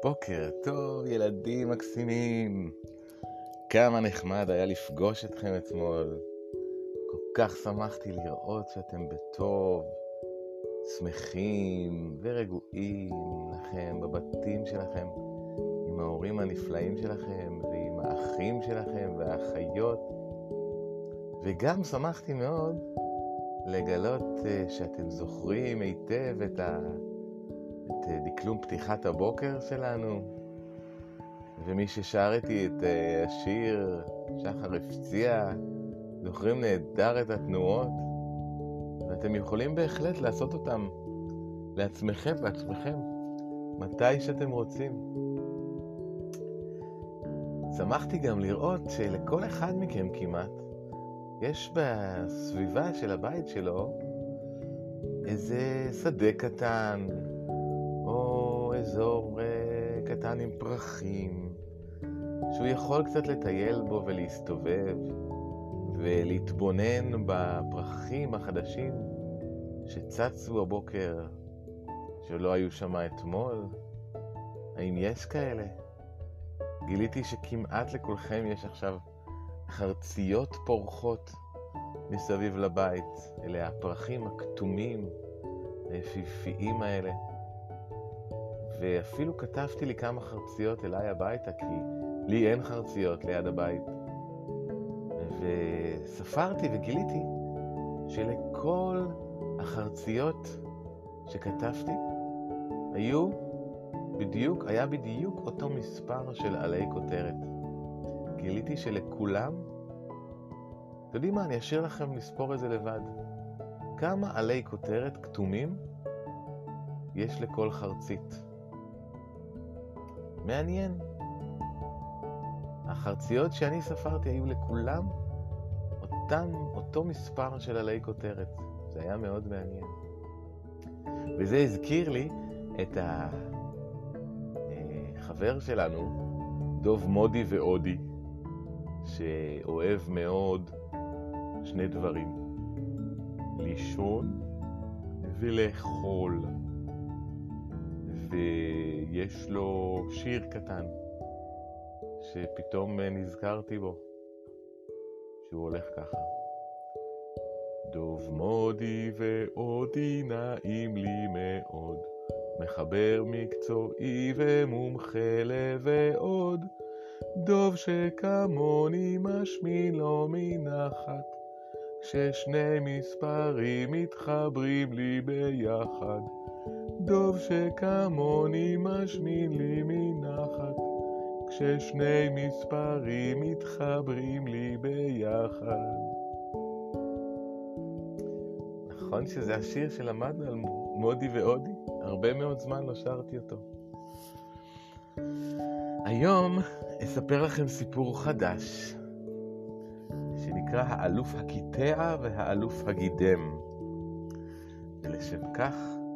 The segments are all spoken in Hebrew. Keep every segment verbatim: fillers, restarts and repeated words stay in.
בוקר טוב, ילדים מקסימים. כמה נחמד היה לפגוש אתכם אתמול. כל כך שמחתי לראות שאתם בטוב, שמחים ורגועים לכם בבתים שלכם, עם ההורים הנפלאים שלכם ועם האחים שלכם והאחיות. וגם שמחתי מאוד לגלות שאתם זוכרים היטב את ה... את דקלום פתיחת הבוקר שלנו, ומי ששר איתי את השיר שחר הפציע זוכרים נהדר את התנועות, ואתם יכולים בהחלט לעשות אותם לעצמכם ועצמכם מתי שאתם רוצים. שמחתי גם לראות שלכל אחד מכם כמעט יש בסביבה של הבית שלו איזה שדה קטן או אזור uh, קטן עם פרחים שהוא יכול קצת לטייל בו ולהסתובב ולהתבונן בפרחים החדשים שצצו הבוקר שלא היו שם אתמול. האם יש כאלה? גיליתי שכמעט לכולכם יש עכשיו חרציות פורחות מסביב לבית. אלה הפרחים הכתומים היפיפיים האלה, ואפילו כתבתי לי כמה חרציות אליי הביתה, כי לי אין חרציות ליד הבית. וספרתי וגיליתי שלכל החרציות שכתבתי היו בדיוק, היה בדיוק אותו מספר של עלי כותרת. גיליתי שלכולם, אתם יודעים מה, אני אשאיר לכם לספור את זה לבד. כמה עלי כותרת כתומים יש לכל חרצית? מעניין. החרציות שאני ספרתי היו לכולם אותם, אותו מספר של עלי כותרת. זה היה מאוד מעניין. וזה הזכיר לי את החבר שלנו, דוב מודי ואודי, שאוהב מאוד שני דברים, לישון ולאכול. ויש לו שיר קטן שפתאום נזכרתי בו, שהוא הולך ככה: דוב מודי ואודי נעים לי מאוד, מחבר מקצועי ומומחה לבעוד, דוב שכמוני משמין לו מנחת, כששני מספרים מתחברים לי ביחד, דוב שכמוני משמין לי מנחת, כששני מספרים מתחברים לי ביחד. נכון שזה השיר שלמדנו על מודי ואודי? הרבה מאוד זמן לא שרתי אותו. היום אספר לכם סיפור חדש שנקרא האלוף הקיטע והאלוף הגידם, ולשם כך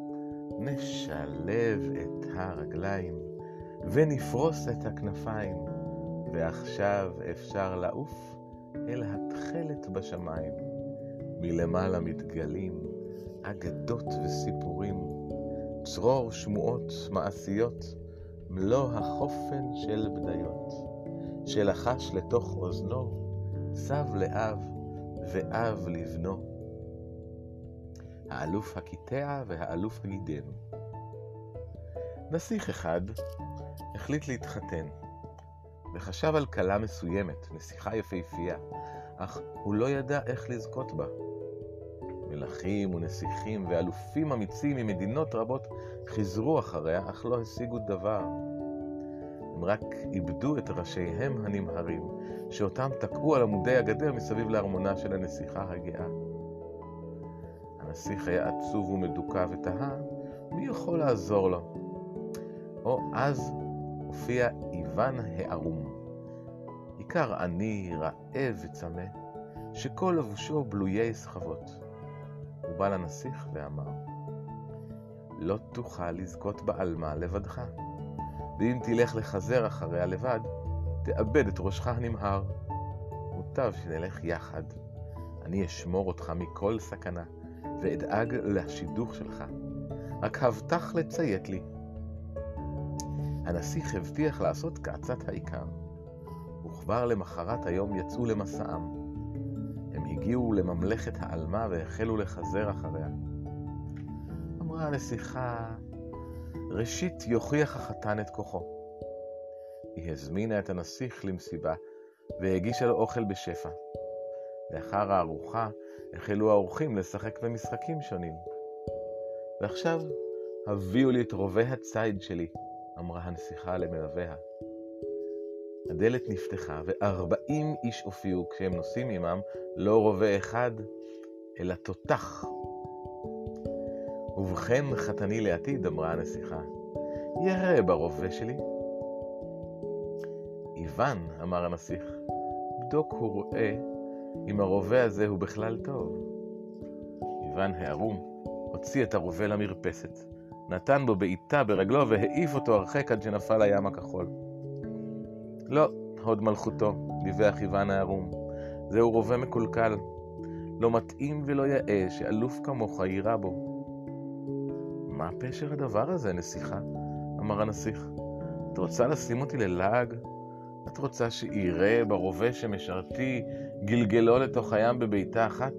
נשלב את הרגליים ונפרוס את הכנפיים, ועכשיו אפשר לעוף אל התכלת בשמיים. מלמעלה מתגלים אגדות וסיפורים, צרור שמועות מעשיות, מלוא החופן של בדיות, שלחש לתוך אוזנו סב לאב ואב לבנו. האלוף הקיטע והאלוף הגידם. נסיך אחד החליט להתחתן, וחשב על כלה מסוימת, נסיכה יפהפייה, אך הוא לא ידע איך לזכות בה. מלכים ונסיכים ואלופים אמיצים ממדינות רבות חזרו אחריה, אך לא השיגו דבר. הם רק איבדו את ראשיהם הנמהרים, שאותם תקעו על עמודי הגדר מסביב לארמונה של הנסיכה הגאה. הנסיך היה עצוב ומדוכא ותהה מי יכול לעזור לו. או אז הופיע איוון הערום, עיקר עני, רעב וצמא, שכל לבושו בלויי סחבות. הוא בא לנסיך ואמר: לא תוכל לזכות בעלמה לבדך, ואם תלך לחזר אחריה לבד, תאבד את ראשך הנמהר. מוטב שנלך יחד, אני אשמור אותך מכל סכנה, ואדאג לשידוך שלך. רק הבטח לציית לי. הנסיך הבטיח לעשות כעצת העיקר, וכבר למחרת היום יצאו למסעם. הם הגיעו לממלכת העלמה והחלו לחזר אחריה. אמרה הנסיכה, ראשית יוכיח החתן את כוחו. היא הזמינה את הנסיך למסיבה והגישה לו אוכל בשפע. לאחר הארוחה החלו האורחים לשחק במשחקים שונים. ועכשיו הביאו לי את רובה הציד שלי, אמרה הנסיכה למלוויה. הדלת נפתחה וארבעים איש הופיעו כשהם נושאים עמם לא רובה אחד אלא תותח. ובכן חתני לעתיד, אמרה הנסיכה, יראה ברובה שלי. איוון, אמר הנסיך, בדוק הוא רואה אם הרובה הזה הוא בכלל טוב. איוון הערום הוציא את הרובה למרפסת, נתן בו בעיטה ברגלו והעיף אותו הרחק עד שנפל לים הכחול. לא, הוד מלכותו, דיווח איוון הערום, זהו רובה מקולקל, לא מתאים ולא יאה שאלוף כמוך יירה בו. מה פשר הדבר הזה, נסיכה? אמר הנסיך. את רוצה לשים אותי ללעג? את רוצה שיראה ברובה שמשרתי גלגלו לתוך הים בביתה אחת?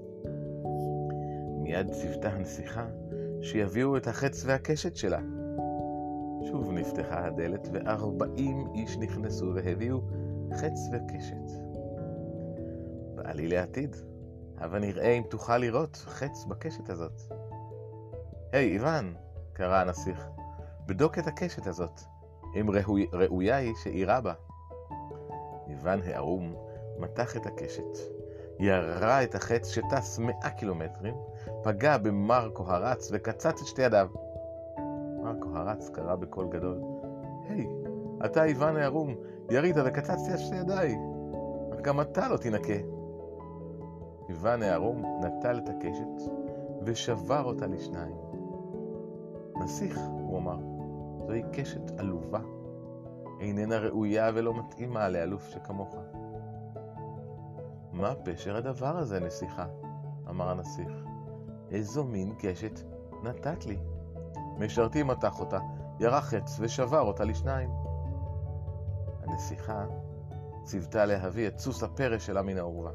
מיד ציוותה הנסיכה שיביאו את החץ והקשת שלה. שוב נפתחה הדלת וארבעים איש נכנסו והביאו חץ וקשת. בעלי לעתיד, אבל נראה אם תוכל לראות חץ בקשת הזאת. היי, איוון, קרא הנסיך, בדוק את הקשת הזאת, אם ראוי, ראויה היא שאירה בה. איוון הערום מתח את הקשת, ירה את החץ שטס מאה קילומטרים, פגע במרקו הרץ וקצץ את שתי ידיו. מרקו הרץ קרא בקול גדול, היי, אתה איוון הערום, ירית וקצצתי את שתי ידיי, אך גם אתה לא תנקה. איוון הערום נטל את הקשת ושבר אותה לשניים. נסיך, הוא אמר, זוהי קשת עלובה, איננה ראויה ולא מתאימה לאלוף שכמוך. מה פשר הדבר הזה, נסיכה? אמר הנסיך. איזו מין קשת נתת לי? משרתי מתח אותה, ירה חץ ושבר אותה לשניים. הנסיכה ציוותה להביא את סוס הפרש שלה מן האורווה.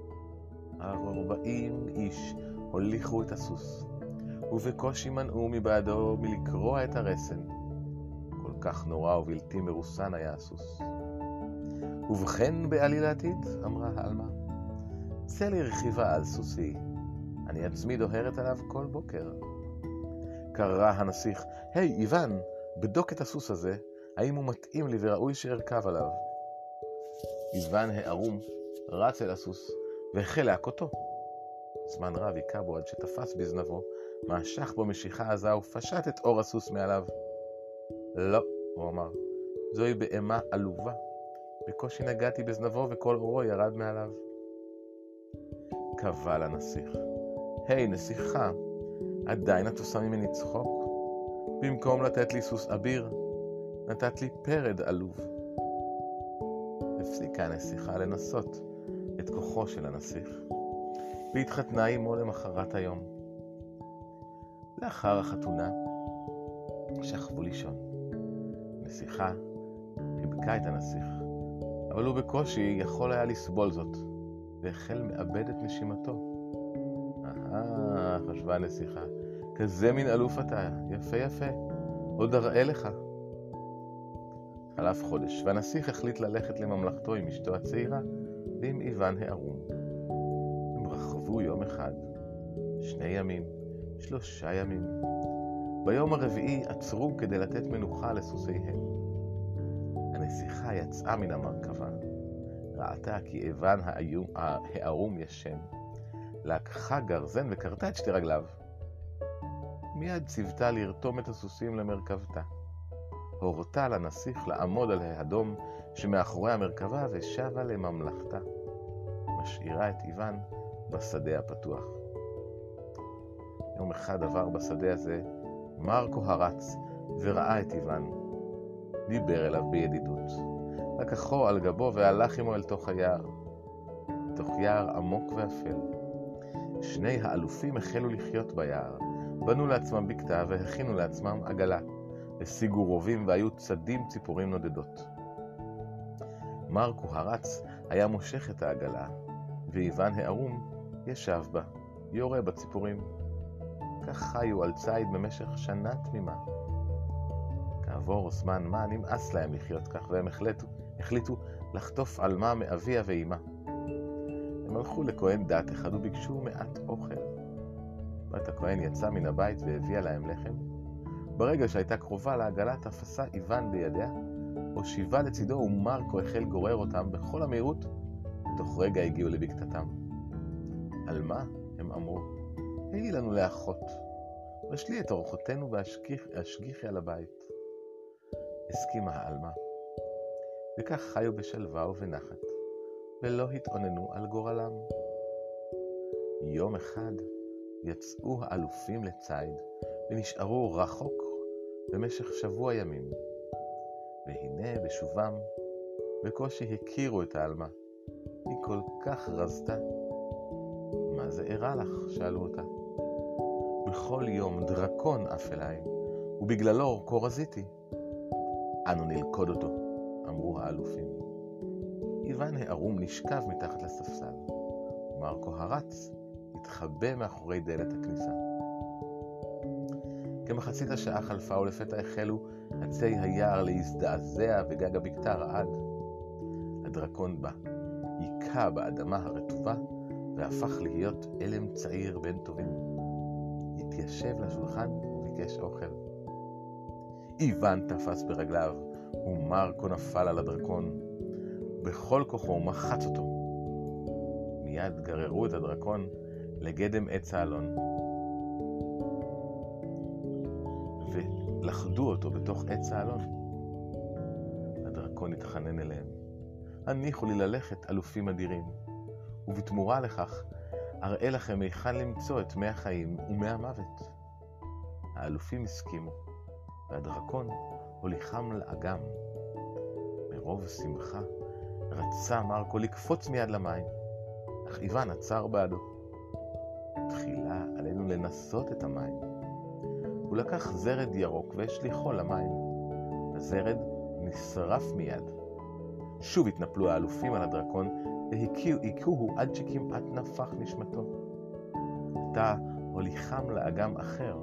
ארבעים איש הוליכו את הסוס, ובקושי מנעו מבעדו מלקרוע את הרסן. כל כך נורא ובלתי מרוסן היה הסוס. ובכן בעלי לעתיד, אמרה העלמה, צא לי רכיבה על סוסי, אני עצמי דוהרת עליו כל בוקר. קרא הנסיך, היי איוון, בדוק את הסוס הזה, האם הוא מתאים לי וראוי שארכב עליו. איוון הערום רץ אל הסוס והחל להכותו. זמן רב היכה בו עד שתפס בזנבו, משך בו משיכה עזה ופשט את אור הסוס מעליו. לא, הוא אמר, זוהי בהמה עלובה. בקושי נגעתי בזנבו וכל אורו ירד מעליו. קבל הנסיך, היי נסיכה, עדיין את עושה ממני צחוק? במקום לתת לי סוס אביר, נתת לי פרד עלוב. הפסיקה הנסיכה לנסות את כוחו של הנסיך, והתחתנה עמו למחרת היום. לאחר החתונה שכבו לישון. נסיכה חיבקה את הנסיך, אבל הוא בקושי יכול היה לסבול זאת, והחל מאבד את נשימתו. אהה, חשבה הנסיכה, כזה מין אלוף אתה, יפה יפה, עוד אראה לך. חלף חודש, והנסיך החליט ללכת לממלכתו עם אשתו הצעירה ועם איוון הערום. הם רכבו יום אחד, שני ימים, שלושה ימים. ביום הרביעי עצרו כדי לתת מנוחה לסוסיהם. הנסיכה יצאה מן המרכבה, ראתה כי איוון הערום ישן, לקחה גרזן וקרתה את שתי רגליו. מיד ציוותה לרתום את הסוסים למרכבתה. הורתה לנסיך לעמוד על האדום שמאחורי המרכבה ושבה לממלכתה, משאירה את איוון בשדה הפתוח. יום אחד עבר בשדה הזה מרקו הרץ וראה את איוון. דיבר אליו בידידות, לקחו על גבו והלך עמו אל תוך היער, תוך יער עמוק ואפל. שני האלופים החלו לחיות ביער, בנו לעצמם בקתה והכינו לעצמם עגלה, השיגו רובים והיו צדים ציפורים נודדות. מרקו הרץ היה מושך את העגלה, ואיוון הערום ישב בה, יורה בציפורים. כך חיו על ציד במשך שנה תמימה. כעבור זמן מה נמאס להם לחיות כך, והם החליטו, החליטו לחטוף עלמה מאביה ואימה. הם הלכו לכהן דת אחד וביקשו מעט אוכל. בת הכהן יצא מן הבית והביאה להם לחם. ברגע שהייתה קרובה לעגלה תפסה איוון בידיה, הושיבה לצידו ומרקו החל גורר אותם בכל המהירות. תוך רגע הגיעו לבקתתם. על מה? הם אמרו. היי לנו לאחות. רשלי את אורחותינו והשגיחי על הבית. הסכימה העלמה. וכך חיו בשלווה ובנחת, ולא התאוננו על גורלם. יום אחד יצאו האלופים לציד, ונשארו רחוק במשך שבוע ימים. והנה בשובם, בקושי הכירו את העלמה. היא כל כך רזתה. מה זה הראה לך? שאלו אותה. בכל יום דרקון עף אליי, ובגללו כה רזיתי. אנו נלכוד אותו, אמרו האלופים. איוון הערום נשכב מתחת לספסל, ומרקו הרץ התחבא מאחורי דלת הכניסה. כמחצית השעה חלפה ולפתע החלו עצי היער להזדעזע בגג הבקתה רעד. הדרקון בא, היכה באדמה הרטובה והפך להיות אלם צעיר בן טובים. התיישב לשולחן וביקש אוכל. איוון תפס ברגליו ומרקו נפל על הדרקון. בכל כוחו מחץ אותו. מיד גררו את הדרקון לגדם עץ האלון ולכדו אותו בתוך עץ האלון. הדרקון התחנן אליהם. הניחו לי ללכת, אלופים אדירים, ובתמורה לכך אראה לכם היכן למצוא את מי החיים ומי המוות. האלופים הסכימו, והדרקון הוליכם לאגם. מרוב שמחה רצה מרקו לקפוץ מיד למים, אך איוון עצר בעדו. תחילה עלינו לנסות את המים. הוא לקח זרד ירוק והשליחו למים. הזרד נשרף מיד. שוב התנפלו האלופים על הדרקון והיכוהו עד שכמעט נפח נשמתו. עתה הוליכם לאגם אחר.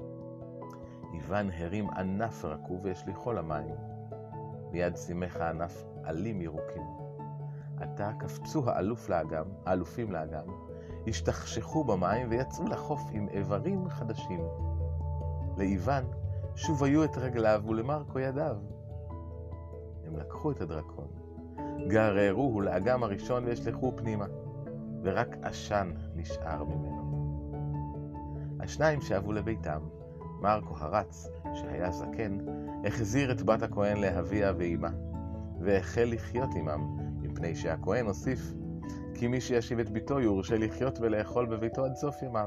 איוון הרים ענף רקוב והשליחו למים. מיד שימח הענף עלים ירוקים. עתה קפצו האלוף לאגם, האלופים לאגם, השתכשכו במים ויצאו לחוף עם איברים חדשים. לאיוון שוב היו את רגליו ולמרקו ידיו. הם לקחו את הדרקון, גררוהו לאגם הראשון והשלחו פנימה, ורק עשן נשאר ממנו. השניים שאבו לביתם, מרקו הרץ, שהיה זקן, החזיר את בת הכהן לאביה ואימה, והחל לחיות עמם, מפני שהכהן הוסיף, כי מי שישיב את ביתו יורשה לחיות ולאכול בביתו עד סוף ימיו.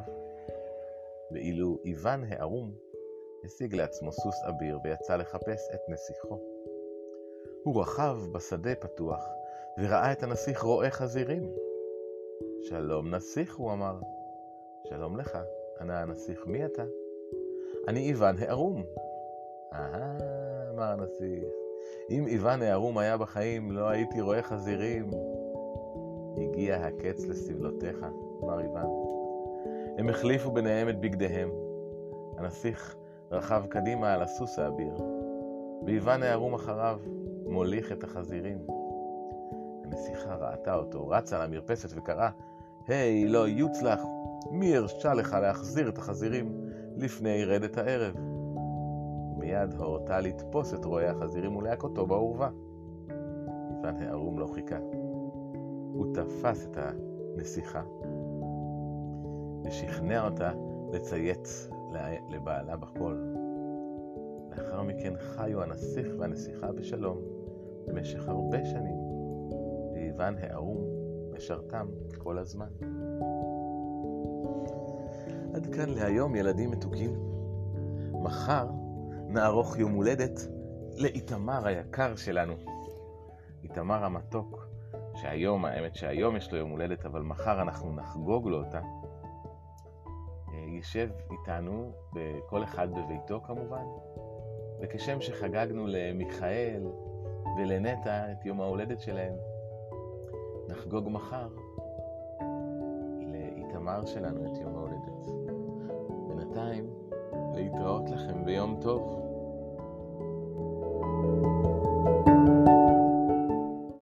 ואילו איוון הערום השיג לעצמו סוס אביר ויצא לחפש את נסיכו. הוא רכב בשדה פתוח וראה את הנסיך רועה חזירים. שלום נסיך, הוא אמר. שלום לך, ענה הנסיך, מי אתה? אני איוון הערום. אה, אמר הנסיך, אם איוון הערום היה בחיים לא הייתי רועה חזירים. הגיע הקץ לסבלותיך, אמר איוון. הם החליפו ביניהם את בגדיהם. הנסיך רכב קדימה על הסוס האביר, ואיוון הערום אחריו מוליך את החזירים. הנסיכה ראתה אותו, רצה למרפסת וקראה, היי, לא יוצלח, מי הרשה לך להחזיר את החזירים לפני רדת הערב? מיד הורתה לתפוס את רועי החזירים ולהכותו בעורבה. איוון הערום לא חיכה. הוא תפס את הנסיכה ושכנע אותה לצייץ לבעלה בקול. לאחר מכן חיו הנסיך והנסיכה בשלום במשך הרבה שנים, ואיוון הערום משרתם כל הזמן. עד כאן להיום, ילדים מתוקים. מחר נערוך יום הולדת לאיתמר היקר שלנו. איתמר המתוק, שהיום, האמת שהיום יש לו יום הולדת, אבל מחר אנחנו נחגוג לו אותה. יישב איתנו, כל אחד בביתו כמובן, וכשם שחגגנו למיכאל ולנטע את יום ההולדת שלהם, נחגוג מחר לאיתמר שלנו את יום ההולדת. בינתיים, להתראות לכם ביום טוב.